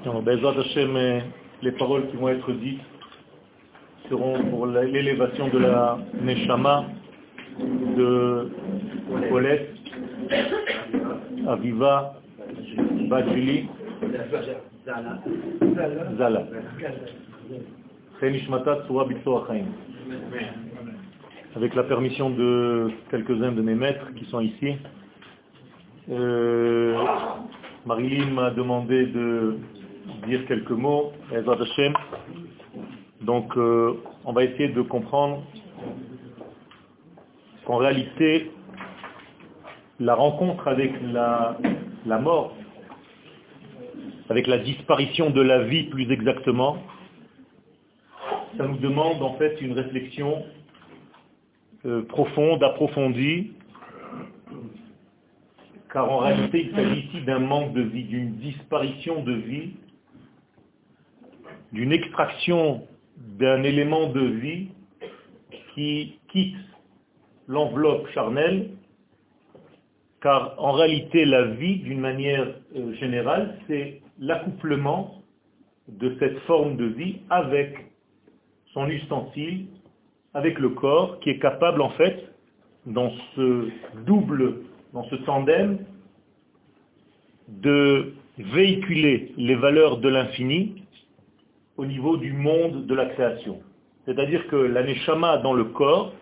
Alors, Bezrat Hashem, les paroles qui vont être dites seront pour l'élévation de la Neshama de Colette, Aviva, Badjili, Zala. Avec la permission de quelques-uns de mes maîtres qui sont ici, Marilyn m'a demandé de dire quelques mots, Ezrat Hashem. Donc on va essayer de comprendre qu'en réalité, la rencontre avec la mort, avec la disparition de la vie plus exactement, ça nous demande en fait une réflexion profonde, approfondie, car en réalité il s'agit ici d'un manque de vie, d'une disparition de vie, d'une extraction d'un élément de vie qui quitte l'enveloppe charnelle, car en réalité la vie, d'une manière générale, c'est l'accouplement de cette forme de vie avec son ustensile, avec le corps, qui est capable en fait, dans ce double, dans ce tandem, de véhiculer les valeurs de l'infini au niveau du monde de la création. C'est-à-dire que la Neshama dans le corps,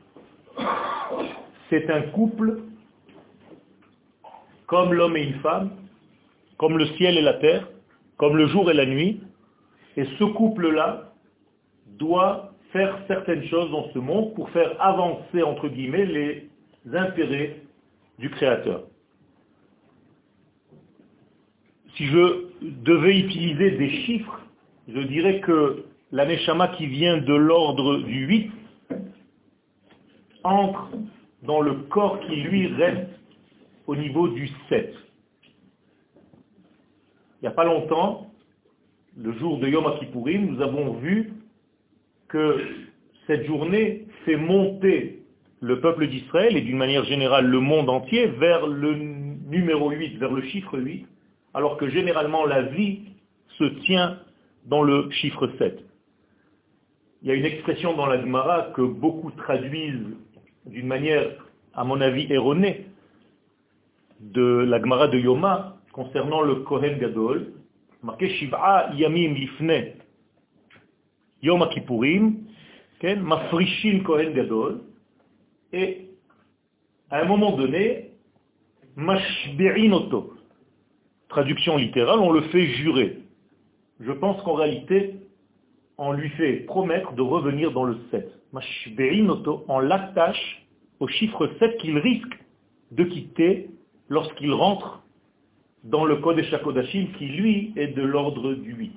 c'est un couple comme l'homme et une femme, comme le ciel et la terre, comme le jour et la nuit, et ce couple-là doit faire certaines choses dans ce monde pour faire avancer, entre guillemets, les intérêts du Créateur. Si je devais utiliser des chiffres, je dirais que la Neshama qui vient de l'ordre du 8 entre dans le corps qui lui reste au niveau du 7. Il n'y a pas longtemps, le jour de Yom Kippourim, nous avons vu que cette journée fait monter le peuple d'Israël et d'une manière générale le monde entier vers le numéro 8, vers le chiffre 8, alors que généralement la vie se tient dans le chiffre 7. Il y a une expression dans la Gemara que beaucoup traduisent d'une manière, à mon avis, erronée, de la Gemara de Yoma, concernant le Kohen Gadol, marqué Shiv'a Yamim Lifne Yom Kippourim, Mafrishin Kohen Gadol, et à un moment donné, Mashbe'in Oto. Traduction littérale, on le fait jurer. Je pense qu'en réalité, on lui fait promettre de revenir dans le 7. Mashbe'in Oto, on l'attache au chiffre 7 qu'il risque de quitter lorsqu'il rentre dans le Kodesh HaKodashim qui lui est de l'ordre du 8.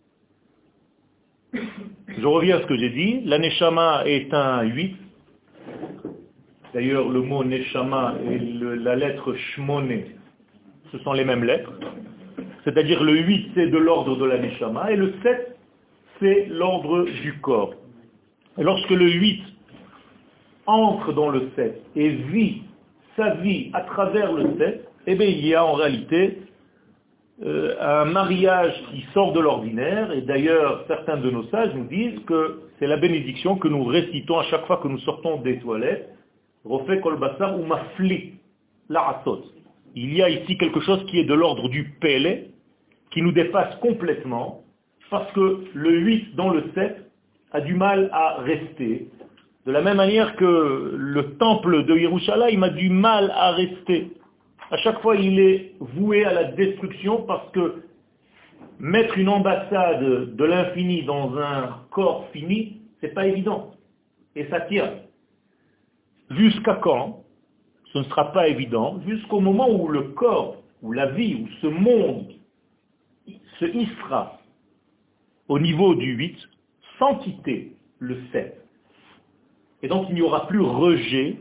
Je reviens à ce que j'ai dit. La Neshama est un 8. D'ailleurs, le mot Neshama et la lettre Shmone, ce sont les mêmes lettres. C'est-à-dire le 8, c'est de l'ordre de la Neshama, et le 7, c'est l'ordre du corps. Et lorsque le 8 entre dans le 7 et vit sa vie à travers le 7, eh bien, il y a en réalité un mariage qui sort de l'ordinaire, et d'ailleurs certains de nos sages nous disent que c'est la bénédiction que nous récitons à chaque fois que nous sortons des toilettes, Rofé kol basar ou mafli la'asot. Il y a ici quelque chose qui est de l'ordre du Pélé, qui nous dépasse complètement, parce que le 8 dans le 7 a du mal à rester, de la même manière que le temple de Yerushalayim a du mal à rester. À chaque fois, il est voué à la destruction parce que mettre une ambassade de l'infini dans un corps fini, c'est pas évident. Et ça tient. Jusqu'à quand? Ce ne sera pas évident. Jusqu'au moment où le corps, où la vie, où ce monde se hissera au niveau du 8, sans quitter le 7. Et donc il n'y aura plus rejet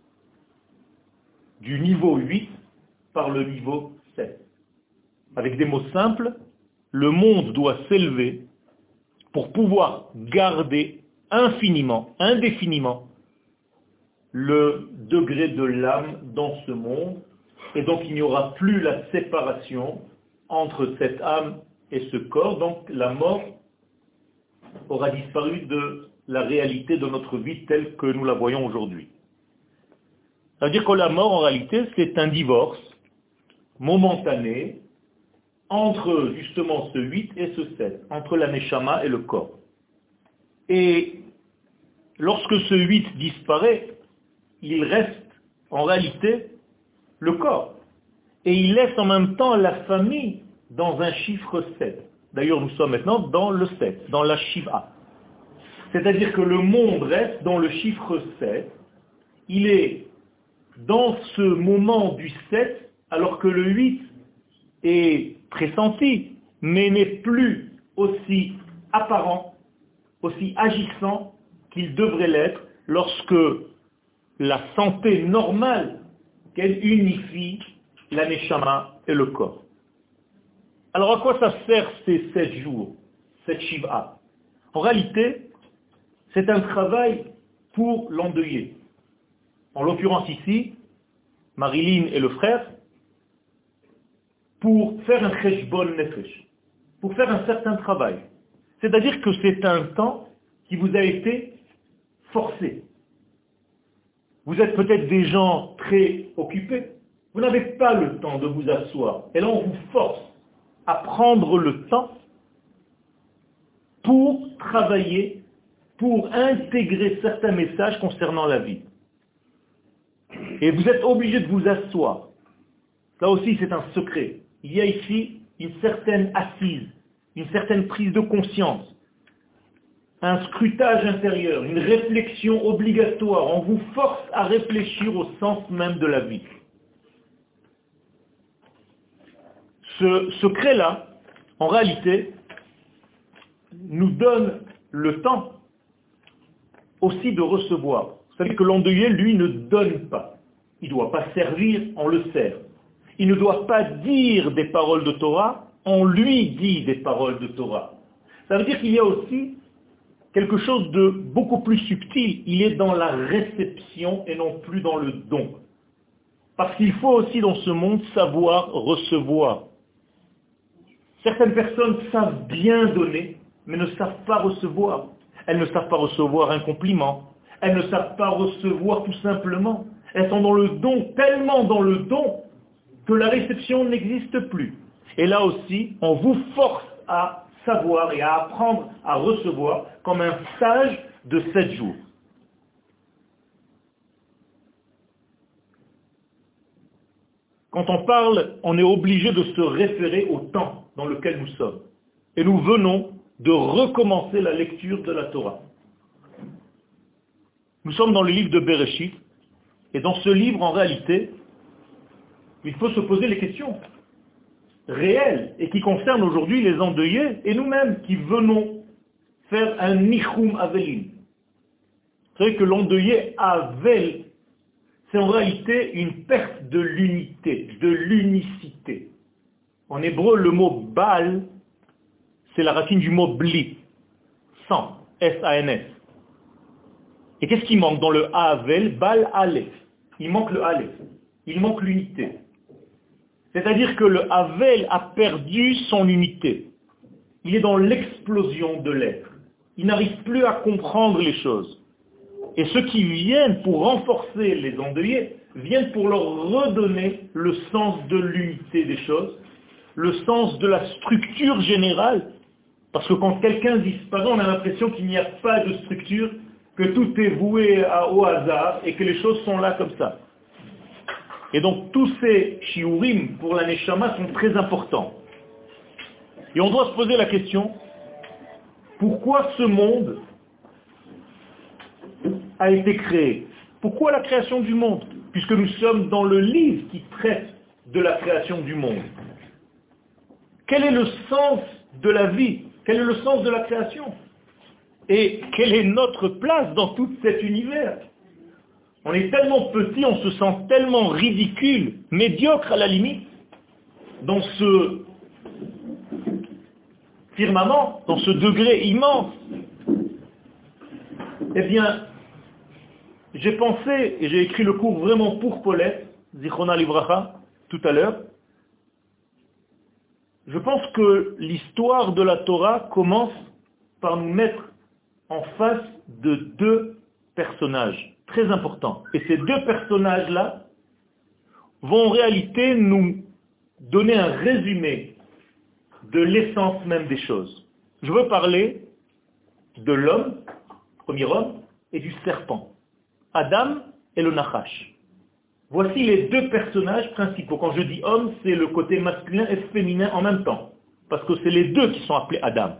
du niveau 8 par le niveau 7. Avec des mots simples, le monde doit s'élever pour pouvoir garder infiniment, indéfiniment, le degré de l'âme dans ce monde, et donc il n'y aura plus la séparation entre cette âme et ce corps, donc la mort aura disparu de la réalité de notre vie telle que nous la voyons aujourd'hui. Ça veut dire que la mort, en réalité, c'est un divorce momentané entre justement ce 8 et ce 7, entre la neshama et le corps. Et lorsque ce 8 disparaît, il reste en réalité le corps. Et il laisse en même temps la famille dans un chiffre 7. D'ailleurs, nous sommes maintenant dans le 7, dans la Shiva. C'est-à-dire que le monde reste dans le chiffre 7. Il est dans ce moment du 7, alors que le 8 est pressenti, mais n'est plus aussi apparent, aussi agissant qu'il devrait l'être lorsque la santé normale qu'elle unifie la neshama et le corps. Alors à quoi ça sert ces 7 jours, cette shiva? En réalité, c'est un travail pour l'endeuillé. En l'occurrence ici, Marilyn et le frère, pour faire un cheshbon nefesh, pour faire un certain travail. C'est-à-dire que c'est un temps qui vous a été forcé. Vous êtes peut-être des gens très occupés. Vous n'avez pas le temps de vous asseoir. Et là, on vous force à prendre le temps pour travailler, pour intégrer certains messages concernant la vie. Et vous êtes obligé de vous asseoir. Là aussi, c'est un secret. Il y a ici une certaine assise, une certaine prise de conscience, un scrutage intérieur, une réflexion obligatoire. On vous force à réfléchir au sens même de la vie. Ce secret-là, en réalité, nous donne le temps aussi de recevoir. Vous savez que l'endeuillé, lui, ne donne pas. Il ne doit pas servir, on le sert. Il ne doit pas dire des paroles de Torah, on lui dit des paroles de Torah. Ça veut dire qu'il y a aussi quelque chose de beaucoup plus subtil. Il est dans la réception et non plus dans le don. Parce qu'il faut aussi dans ce monde savoir recevoir. Certaines personnes savent bien donner, mais ne savent pas recevoir. Elles ne savent pas recevoir un compliment. Elles ne savent pas recevoir tout simplement. Elles sont dans le don, tellement dans le don, que la réception n'existe plus. Et là aussi, on vous force à savoir et à apprendre à recevoir comme un stage de 7 jours. Quand on parle, on est obligé de se référer au temps dans lequel nous sommes. Et nous venons de recommencer la lecture de la Torah. Nous sommes dans le livre de Bereshit, et dans ce livre, en réalité, il faut se poser les questions réelles et qui concernent aujourd'hui les endeuillés et nous-mêmes qui venons faire un nichum avelim. Vous savez que l'endeuillé avel, c'est en réalité une perte de l'unité, de l'unicité. En hébreu, le mot bal, c'est la racine du mot bli, sans, S-A-N-S. Et qu'est-ce qui manque dans le avel? Bal aleph. Il manque le aleph. Il manque l'unité. C'est-à-dire que le Havel a perdu son unité. Il est dans l'explosion de l'être. Il n'arrive plus à comprendre les choses. Et ceux qui viennent pour renforcer les endeuillés, viennent pour leur redonner le sens de l'unité des choses, le sens de la structure générale. Parce que quand quelqu'un disparaît, on a l'impression qu'il n'y a pas de structure, que tout est voué au hasard et que les choses sont là comme ça. Et donc tous ces shiurim pour la neshama sont très importants. Et on doit se poser la question, pourquoi ce monde a été créé? Pourquoi la création du monde? Puisque nous sommes dans le livre qui traite de la création du monde. Quel est le sens de la vie? Quel est le sens de la création? Et quelle est notre place dans tout cet univers? On est tellement petit, on se sent tellement ridicule, médiocre à la limite, dans ce firmament, dans ce degré immense. Eh bien, j'ai pensé, et j'ai écrit le cours vraiment pour Paulette, Zichrona Livracha, tout à l'heure, Je pense que l'histoire de la Torah commence par nous mettre en face de deux personnages très importants. Et ces deux personnages-là vont en réalité nous donner un résumé de l'essence même des choses. Je veux parler de l'homme, premier homme, et du serpent. Adam et le Nachash. Voici les deux personnages principaux. Quand je dis homme, c'est le côté masculin et féminin en même temps. Parce que c'est les deux qui sont appelés Adam.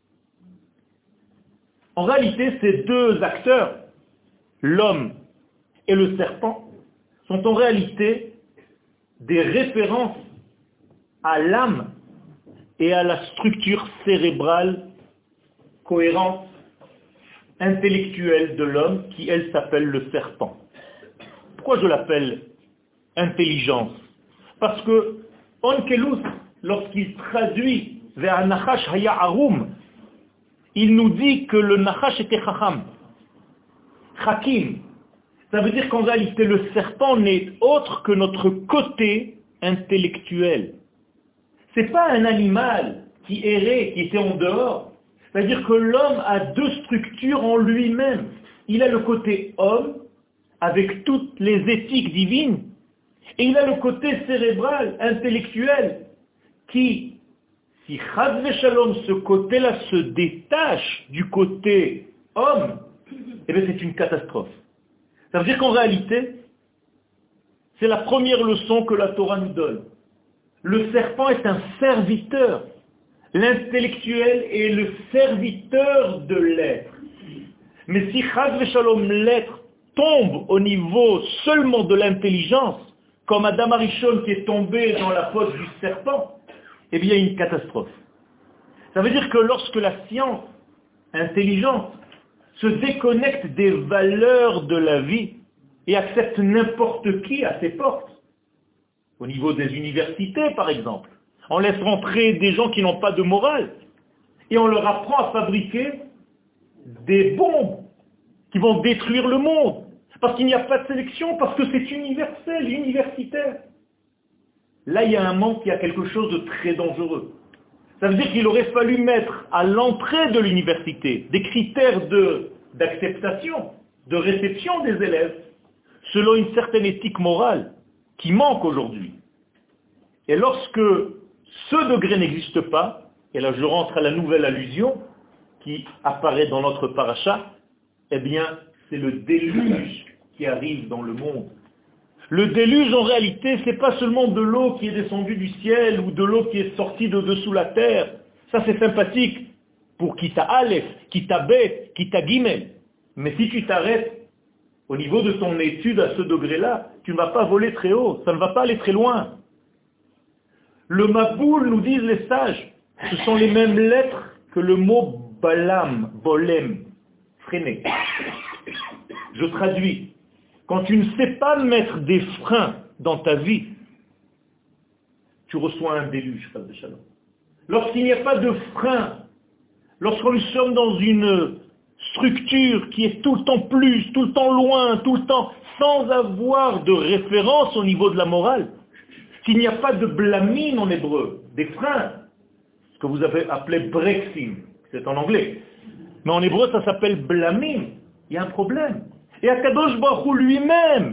En réalité, ces deux acteurs, l'homme et le serpent, sont en réalité des références à l'âme et à la structure cérébrale cohérente, intellectuelle de l'homme, qui elle s'appelle le serpent. Pourquoi je l'appelle intelligence? Parce que Onkelos, lorsqu'il traduit vers Nachash Haya Arum, il nous dit que le Nachash était Chacham, Chakim. Ça veut dire qu'en réalité le serpent n'est autre que notre côté intellectuel. C'est pas un animal qui errait, qui était en dehors. C'est-à-dire que l'homme a deux structures en lui-même. Il a le côté homme, avec toutes les éthiques divines, et il a le côté cérébral, intellectuel, qui, si Chaz Shalom, ce côté-là se détache du côté homme, eh bien c'est une catastrophe. Ça veut dire qu'en réalité, c'est la première leçon que la Torah nous donne. Le serpent est un serviteur. L'intellectuel est le serviteur de l'être. Mais si Chaz Shalom, l'être, tombe au niveau seulement de l'intelligence, comme Adam Arishon qui est tombé dans la fosse du serpent, eh bien il y a une catastrophe. Ça veut dire que lorsque la science intelligente se déconnecte des valeurs de la vie et accepte n'importe qui à ses portes, au niveau des universités par exemple, on laisse rentrer des gens qui n'ont pas de morale, et on leur apprend à fabriquer des bombes qui vont détruire le monde. Parce qu'il n'y a pas de sélection, parce que c'est universel, universitaire. Là, il y a un manque, il y a quelque chose de très dangereux. Ça veut dire qu'il aurait fallu mettre à l'entrée de l'université des critères d'acceptation, de réception des élèves, selon une certaine éthique morale qui manque aujourd'hui. Et lorsque ce degré n'existe pas, et là je rentre à la nouvelle allusion qui apparaît dans notre paracha, eh bien, c'est le déluge qui arrive dans le monde. Le déluge, en réalité, c'est pas seulement de l'eau qui est descendue du ciel ou de l'eau qui est sortie de dessous la terre. Ça, c'est sympathique pour qui t'a Aleph, qui t'a Bet, qui t'a Gimel. Mais si tu t'arrêtes au niveau de ton étude à ce degré-là, tu ne vas pas voler très haut, ça ne va pas aller très loin. Le Maboul, nous disent les sages, ce sont les mêmes lettres que le mot Balam, Bolem, freiner. Je traduis. Quand tu ne sais pas mettre des freins dans ta vie, tu reçois un déluge, Chas v'Shalom. Lorsqu'il n'y a pas de frein, lorsque nous sommes dans une structure qui est tout le temps plus, tout le temps loin, tout le temps, sans avoir de référence au niveau de la morale, s'il n'y a pas de blamine en hébreu, des freins, ce que vous avez appelé brexim, c'est en anglais, mais en hébreu ça s'appelle blamine, il y a un problème. Et Akadosh Baruch Hu lui-même,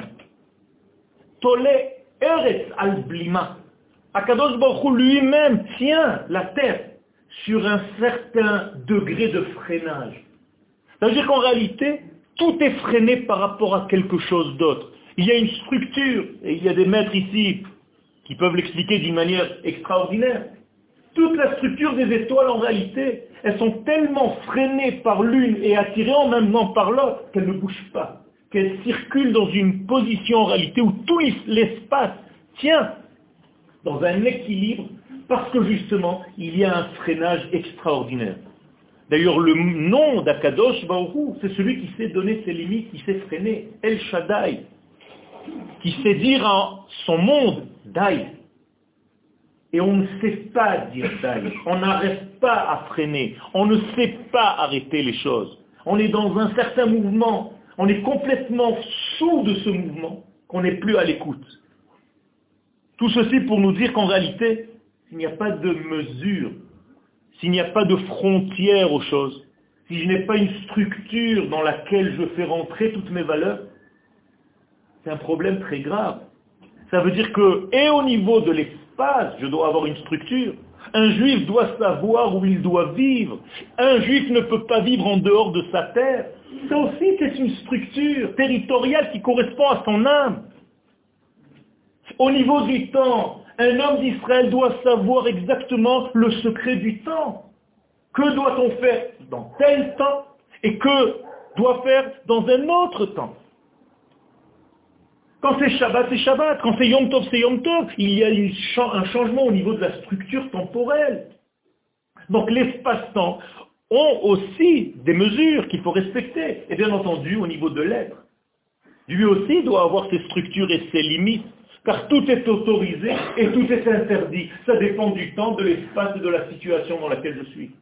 Tole Eretz al Blima, Akadosh Baruch Hu lui-même tient la terre sur un certain degré de freinage. Ça veut dire qu'en réalité, tout est freiné par rapport à quelque chose d'autre. Il y a une structure, et il y a des maîtres ici qui peuvent l'expliquer d'une manière extraordinaire. Toute la structure des étoiles, en réalité, elles sont tellement freinées par l'une et attirées en même temps par l'autre qu'elles ne bougent pas, qu'elles circulent dans une position en réalité où tout l'espace tient dans un équilibre parce que justement, il y a un freinage extraordinaire. D'ailleurs, le nom d'Akadosh Baruch Hu, c'est celui qui sait donner ses limites, qui sait freiner, El Shaddai, qui sait dire en son monde, Dai. Et on ne sait pas dire Dai, on n'arrête pas à freiner, on ne sait pas arrêter les choses. On est dans un certain mouvement, on est complètement sous de ce mouvement, qu'on n'est plus à l'écoute. Tout ceci pour nous dire qu'en réalité, s'il n'y a pas de mesure, s'il n'y a pas de frontière aux choses, si je n'ai pas une structure dans laquelle je fais rentrer toutes mes valeurs, c'est un problème très grave. Ça veut dire que, et au niveau de l'espace, je dois avoir une structure. Un juif doit savoir où il doit vivre. Un juif ne peut pas vivre en dehors de sa terre. Ça aussi, c'est une structure territoriale qui correspond à son âme. Au niveau du temps, un homme d'Israël doit savoir exactement le secret du temps. Que doit-on faire dans tel temps et que doit faire dans un autre temps? Quand c'est Shabbat, c'est Shabbat. Quand c'est Yom Tov, c'est Yom Tov. Il y a un changement au niveau de la structure temporelle. Donc l'espace-temps ont aussi des mesures qu'il faut respecter. Et bien entendu, au niveau de l'être. Lui aussi doit avoir ses structures et ses limites. Car tout est autorisé et tout est interdit. Ça dépend du temps, de l'espace et de la situation dans laquelle je suis.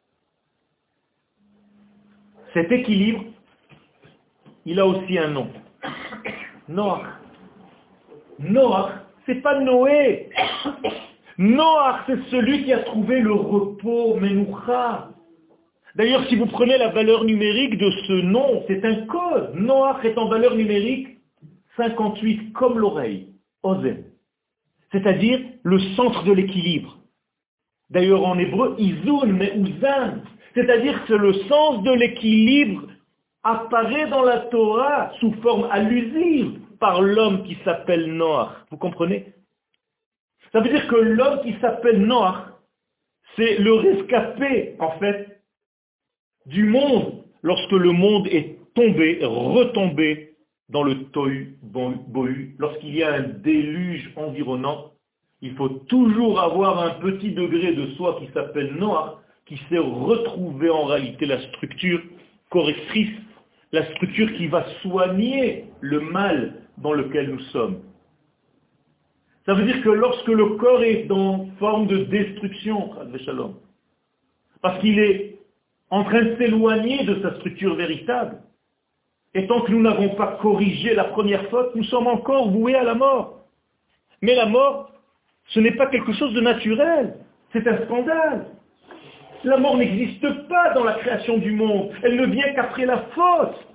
Cet équilibre, il a aussi un nom. Noach. Noach, c'est pas Noé. Noach, c'est celui qui a trouvé le repos, Menoucha. D'ailleurs, si vous prenez la valeur numérique de ce nom, c'est un code. Noach est en valeur numérique 58, comme l'oreille, Ozen. C'est-à-dire le centre de l'équilibre. D'ailleurs, en hébreu, Izun, mais Uzan. C'est-à-dire que le sens de l'équilibre apparaît dans la Torah sous forme allusive par l'homme qui s'appelle Noach. Vous comprenez? Ça veut dire que l'homme qui s'appelle Noach, c'est le rescapé, en fait, du monde, lorsque le monde est tombé, retombé dans le tohu bohu. Lorsqu'il y a un déluge environnant, il faut toujours avoir un petit degré de soi qui s'appelle Noach, qui sait retrouver en réalité la structure correctrice, la structure qui va soigner le mal dans lequel nous sommes. Ça veut dire que lorsque le corps est dans forme de destruction, parce qu'il est en train de s'éloigner de sa structure véritable, et tant que nous n'avons pas corrigé la première faute, nous sommes encore voués à la mort. Mais la mort, ce n'est pas quelque chose de naturel, c'est un scandale. La mort n'existe pas dans la création du monde, elle ne vient qu'après la faute.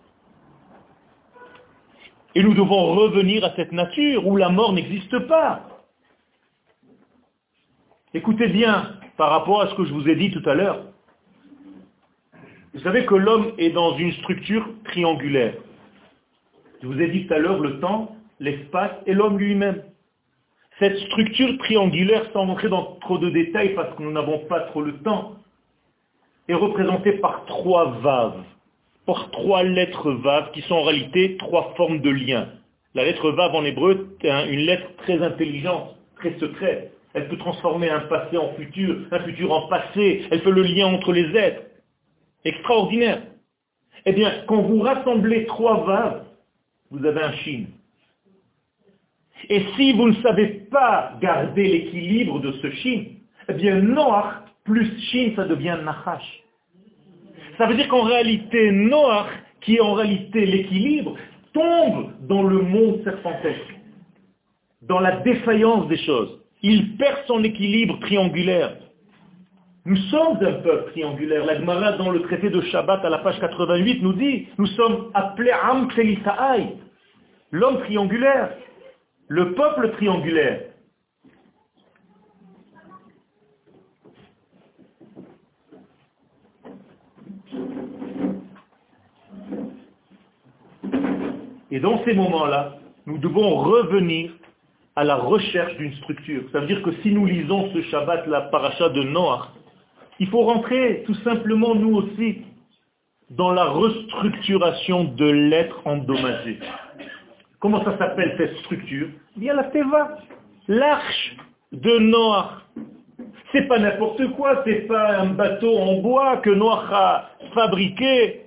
Et nous devons revenir à cette nature où la mort n'existe pas. Écoutez bien, par rapport à ce que je vous ai dit tout à l'heure. Vous savez que l'homme est dans une structure triangulaire. Je vous ai dit tout à l'heure le temps, l'espace et l'homme lui-même. Cette structure triangulaire, sans entrer dans trop de détails parce que nous n'avons pas trop le temps, est représentée par 3 vaves, par 3 lettres vaves qui sont en réalité 3 formes de liens. La lettre vav en hébreu est une lettre très intelligente, très secrète. Elle peut transformer un passé en futur, un futur en passé. Elle fait le lien entre les êtres. Extraordinaire. Eh bien, quand vous rassemblez 3 vaves, vous avez un shin. Et si vous ne savez pas garder l'équilibre de ce shin, eh bien, Noach plus shin, ça devient nachash. Ça veut dire qu'en réalité, Noach, qui est en réalité l'équilibre, tombe dans le monde serpentesque, dans la défaillance des choses. Il perd son équilibre triangulaire. Nous sommes un peuple triangulaire. La Gemara dans le traité de Shabbat à la page 88 nous dit, nous sommes appelés Am Tselisa'ai, l'homme triangulaire, le peuple triangulaire. Et dans ces moments-là, nous devons revenir à la recherche d'une structure. Ça veut dire que si nous lisons ce Shabbat, la paracha de Noach, il faut rentrer tout simplement, nous aussi, dans la restructuration de l'être endommagé. Comment ça s'appelle cette structure? Il y a la Teva, l'arche de Noach. C'est pas n'importe quoi, c'est pas un bateau en bois que Noach a fabriqué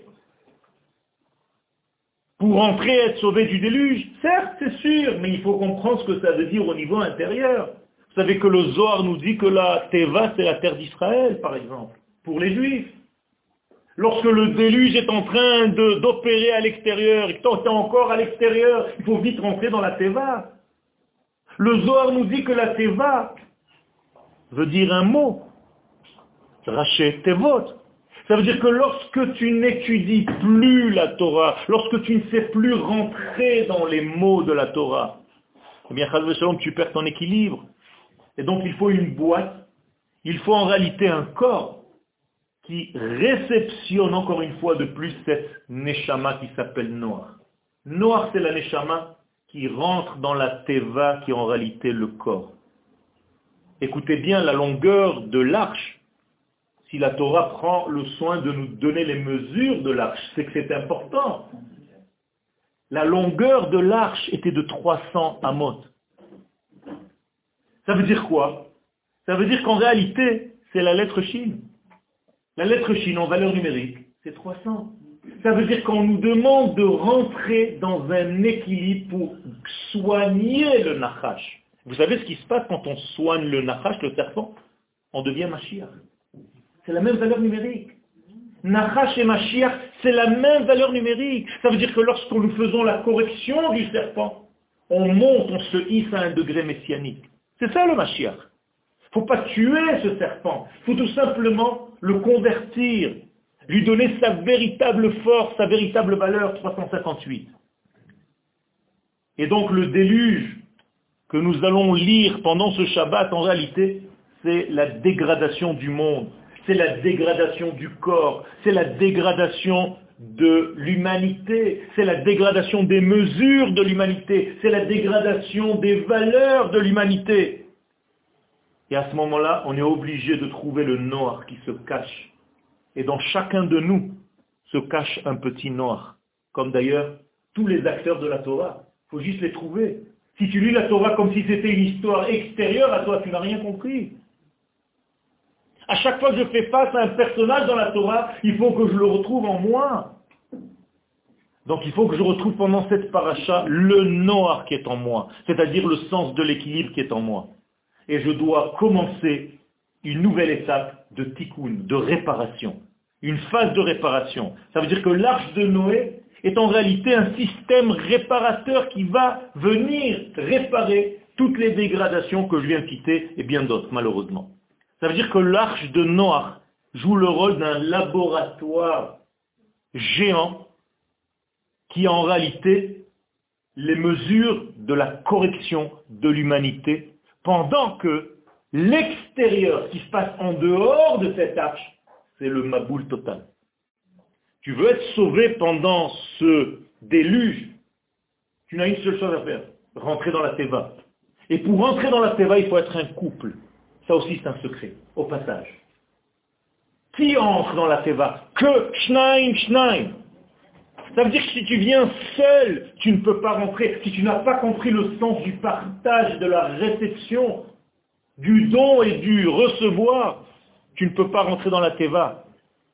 pour entrer et être sauvé du déluge. Certes, c'est sûr, mais il faut comprendre ce que ça veut dire au niveau intérieur. Vous savez que le Zohar nous dit que la Teva, c'est la terre d'Israël, par exemple, pour les Juifs. Lorsque le déluge est en train d'opérer à l'extérieur, et que tant que tu es encore à l'extérieur, il faut vite rentrer dans la Teva. Le Zohar nous dit que la Teva, veut dire un mot. Raché Tevot. Ça veut dire que lorsque tu n'étudies plus la Torah, lorsque tu ne sais plus rentrer dans les mots de la Torah, eh bien, Chas v'Shalom, tu perds ton équilibre. Et donc, il faut une boîte, il faut en réalité un corps qui réceptionne encore une fois de plus cette Neshama qui s'appelle Noach. Noach, c'est la Neshama qui rentre dans la Teva, qui est en réalité le corps. Écoutez bien la longueur de l'arche. Si la Torah prend le soin de nous donner les mesures de l'arche, c'est que c'est important. La longueur de l'arche était de 300 amot. Ça veut dire quoi? Ça veut dire qu'en réalité, c'est la lettre Shin. La lettre Shin en valeur numérique, c'est 300. Ça veut dire qu'on nous demande de rentrer dans un équilibre pour soigner le Nachash. Vous savez ce qui se passe quand on soigne le Nachash, le serpent? On devient Mashiach. C'est la même valeur numérique. Nachash et Mashiach, c'est la même valeur numérique. Ça veut dire que lorsque nous faisons la correction du serpent, on monte, on se hisse à un degré messianique. C'est ça le Mashiach. Il ne faut pas tuer ce serpent. Il faut tout simplement le convertir, lui donner sa véritable force, sa véritable valeur, 358. Et donc le déluge que nous allons lire pendant ce Shabbat, en réalité, c'est la dégradation du monde, c'est la dégradation du corps, c'est la dégradation de l'humanité, c'est la dégradation des mesures de l'humanité, c'est la dégradation des valeurs de l'humanité. Et à ce moment-là, on est obligé de trouver le noir qui se cache. Et dans chacun de nous se cache un petit noir, comme d'ailleurs tous les acteurs de la Torah. Il faut juste les trouver. Si tu lis la Torah comme si c'était une histoire extérieure à toi, tu n'as rien compris. À chaque fois que je fais face à un personnage dans la Torah, il faut que je le retrouve en moi. Donc il faut que je retrouve pendant cette paracha le noir qui est en moi, c'est-à-dire le sens de l'équilibre qui est en moi. Et je dois commencer une nouvelle étape de tikkun, de réparation. Une phase de réparation. Ça veut dire que l'arche de Noé est en réalité un système réparateur qui va venir réparer toutes les dégradations que je viens de citer et bien d'autres, malheureusement. Ça veut dire que l'arche de Noach joue le rôle d'un laboratoire géant qui a en réalité les mesures de la correction de l'humanité, pendant que l'extérieur qui se passe en dehors de cette arche, c'est le maboul total. Tu veux être sauvé pendant ce déluge, tu n'as une seule chose à faire, rentrer dans la Teva. Et pour rentrer dans la Teva, il faut être un couple. Ça aussi c'est un secret, au passage. Qui entre dans la Teva? Que Shnaim. Ça veut dire que si tu viens seul, tu ne peux pas rentrer. Si tu n'as pas compris le sens du partage, de la réception, du don et du recevoir, tu ne peux pas rentrer dans la Teva.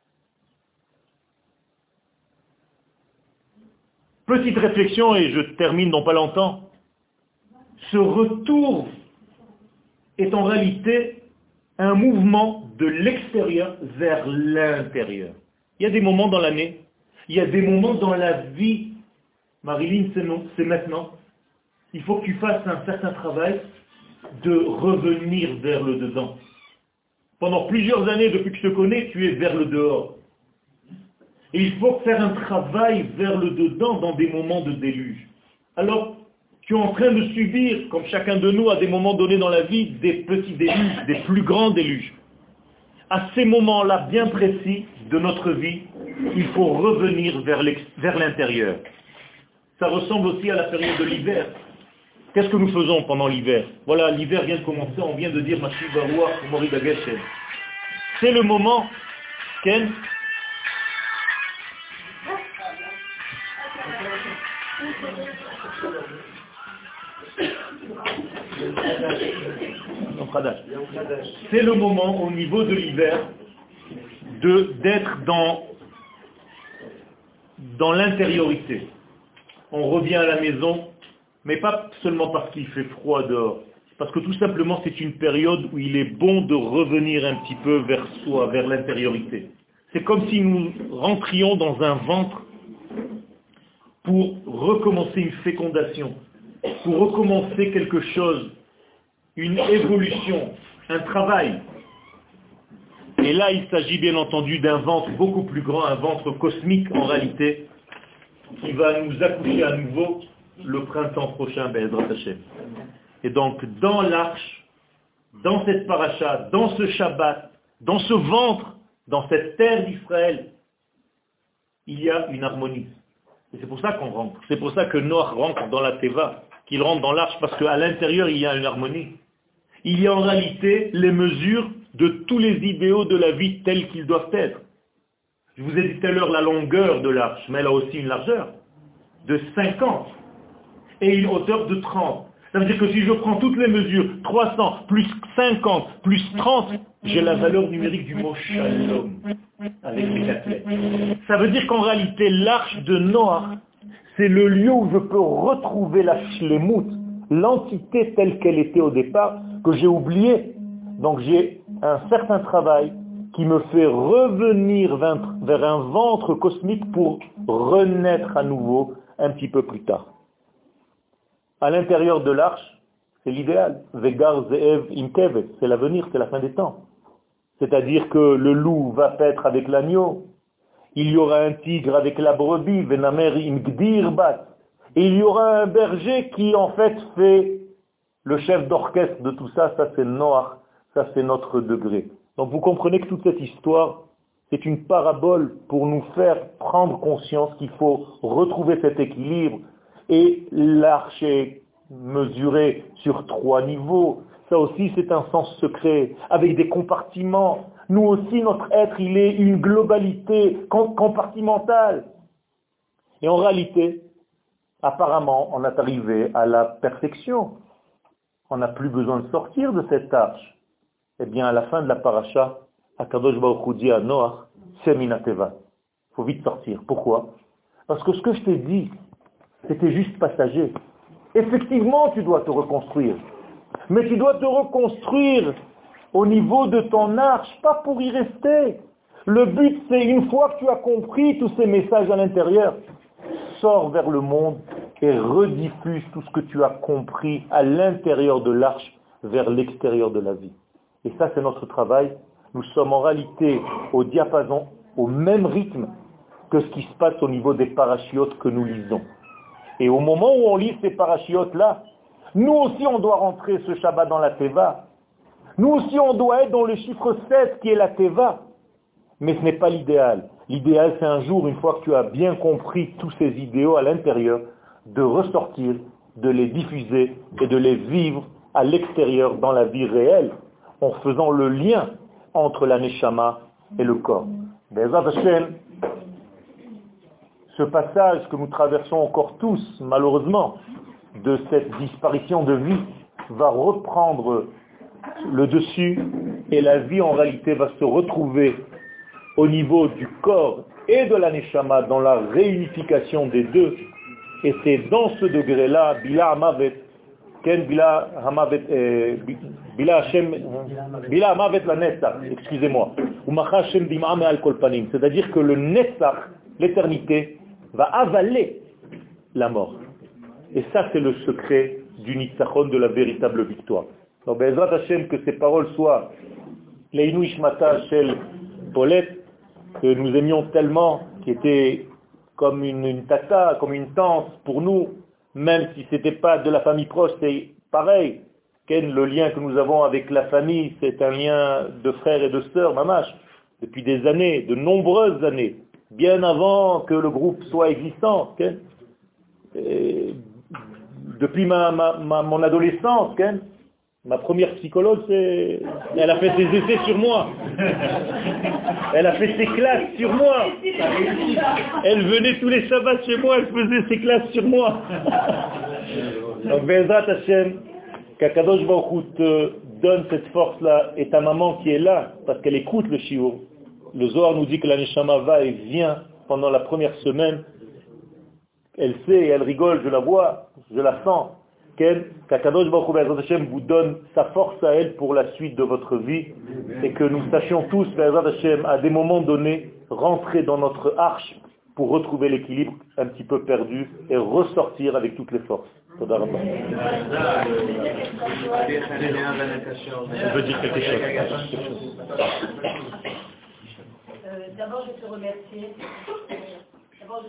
Petite réflexion, et je termine dans pas longtemps. Ce retour est en réalité un mouvement de l'extérieur vers l'intérieur. Il y a des moments dans l'année, il y a des moments dans la vie, Marilyn, c'est maintenant, il faut que tu fasses un certain travail de revenir vers le dedans. Pendant plusieurs années, depuis que je te connais, tu es vers le dehors. Et il faut faire un travail vers le dedans dans des moments de déluge. Alors, tu es en train de subir, comme chacun de nous à des moments donnés dans la vie, des petits déluges, des plus grands déluges. À ces moments-là bien précis de notre vie, il faut revenir vers l'intérieur. Ça ressemble aussi à la période de l'hiver. Qu'est-ce que nous faisons pendant l'hiver? Voilà, l'hiver vient de commencer, on vient de dire Mashiach Baruach Mori Dageshem. C'est le moment, Ken. C'est le moment au niveau de l'hiver d'être dans l'intériorité. On revient à la maison, mais pas seulement parce qu'il fait froid dehors, parce que tout simplement c'est une période où il est bon de revenir un petit peu vers soi, vers l'intériorité. C'est comme si nous rentrions dans un ventre pour recommencer une fécondation, pour recommencer quelque chose, une évolution. un travail. Et là, il s'agit bien entendu d'un ventre beaucoup plus grand, un ventre cosmique en réalité, qui va nous accoucher à nouveau le printemps prochain, Be'ezrat Hashem. Et donc, dans l'arche, dans cette paracha, dans ce Shabbat, dans ce ventre, dans cette terre d'Israël, il y a une harmonie. Et c'est pour ça qu'on rentre. C'est pour ça que Noach rentre dans la Teva, qu'il rentre dans l'arche, parce qu'à l'intérieur, il y a une harmonie. Il y a en réalité les mesures de tous les idéaux de la vie tels qu'ils doivent être. Je vous ai dit tout à l'heure la longueur de l'arche, mais elle a aussi une largeur de 50 et une hauteur de 30. Ça veut dire que si je prends toutes les mesures, 300 plus 50 plus 30, j'ai la valeur numérique du mot shalom, avec les 4 lettres. Ça veut dire qu'en réalité, l'arche de Noach, c'est le lieu où je peux retrouver la shlemut, l'entité telle qu'elle était au départ, que j'ai oubliée. Donc j'ai un certain travail qui me fait revenir vers un ventre cosmique pour renaître à nouveau un petit peu plus tard. À l'intérieur de l'arche, c'est l'idéal. Vegar ze'ev im kevet, c'est l'avenir, c'est la fin des temps. C'est-à-dire que le loup va paître avec l'agneau, il y aura un tigre avec la brebis, venamer im gdir bat, et il y aura un berger qui en fait fait le chef d'orchestre de tout ça, ça c'est Noach, ça c'est notre degré. Donc vous comprenez que toute cette histoire, c'est une parabole pour nous faire prendre conscience qu'il faut retrouver cet équilibre. Et l'arche est mesurée sur 3 niveaux. Ça aussi, c'est un sens secret, avec des compartiments. Nous aussi, notre être, il est une globalité compartimentale. Et en réalité, apparemment, on est arrivé à la perfection. On n'a plus besoin de sortir de cette arche. Eh bien, à la fin de la paracha, Akadosh Baruch Hu dit à Noach, c'est Minateva. Il faut vite sortir. Pourquoi? Parce que ce que je t'ai dit, c'était juste passager. Effectivement, tu dois te reconstruire. Mais tu dois te reconstruire au niveau de ton arche, pas pour y rester. Le but, c'est une fois que tu as compris tous ces messages à l'intérieur, sors vers le monde et rediffuse tout ce que tu as compris à l'intérieur de l'arche vers l'extérieur de la vie. Et ça, c'est notre travail. Nous sommes en réalité au diapason, au même rythme que ce qui se passe au niveau des parachiotes que nous lisons. Et au moment où on lit ces parachiotes-là, nous aussi on doit rentrer ce Shabbat dans la Teva. Nous aussi on doit être dans le chiffre 7 qui est la Teva. Mais ce n'est pas l'idéal. L'idéal c'est un jour, une fois que tu as bien compris tous ces idéaux à l'intérieur, de ressortir, de les diffuser et de les vivre à l'extérieur dans la vie réelle, en faisant le lien entre la Neshama et le corps. Be'ezrat Hashem, ce passage que nous traversons encore tous, malheureusement, de cette disparition de vie, va reprendre le dessus et la vie en réalité va se retrouver au niveau du corps et de la Neshama dans la réunification des deux. Et c'est dans ce degré-là, Bila Hamavet, Ken Bila Hamavet, Bila Hamavet la Netzach, excusez-moi, Umacha Shem Dim'a Me'al Kol Panim, c'est-à-dire que le Netzach, l'éternité, va avaler la mort. Et ça, c'est le secret du Nitzachon, de la véritable victoire. Donc, Be'ezrat Hashem, que ces paroles soient Leinu Ishmata Shel Paulette, que nous aimions tellement, qui était comme une tata, comme une tante pour nous, même si ce n'était pas de la famille proche, c'est pareil. Ken, le lien que nous avons avec la famille, c'est un lien de frères et de sœurs, mamash, depuis des années, de nombreuses années. Bien avant que le groupe soit existant, Ken. Depuis mon adolescence, Ken, ma première psychologue, elle a fait ses essais sur moi. Elle a fait ses classes sur moi. Elle venait tous les sabbats chez moi, elle faisait ses classes sur moi. Donc, Be'ezrat Hashem, qu'Akadosh Baruch Hu te donne cette force-là, et ta maman qui est là, parce qu'elle écoute le shiur. Le Zohar nous dit que la Neshama va et vient pendant la première semaine. Elle sait et elle rigole, je la vois, je la sens. Qu'Akadosh Baruch Hu Be'ezrat Hashem vous donne sa force à elle pour la suite de votre vie. Et que nous sachions tous, Be'ezrat Hashem, à des moments donnés, rentrer dans notre arche pour retrouver l'équilibre un petit peu perdu et ressortir avec toutes les forces. תודה רבה. On veut dire quelque chose. D'abord, je te remercie.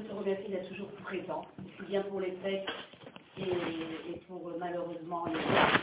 D'être toujours présent, aussi bien pour les fêtes et pour malheureusement les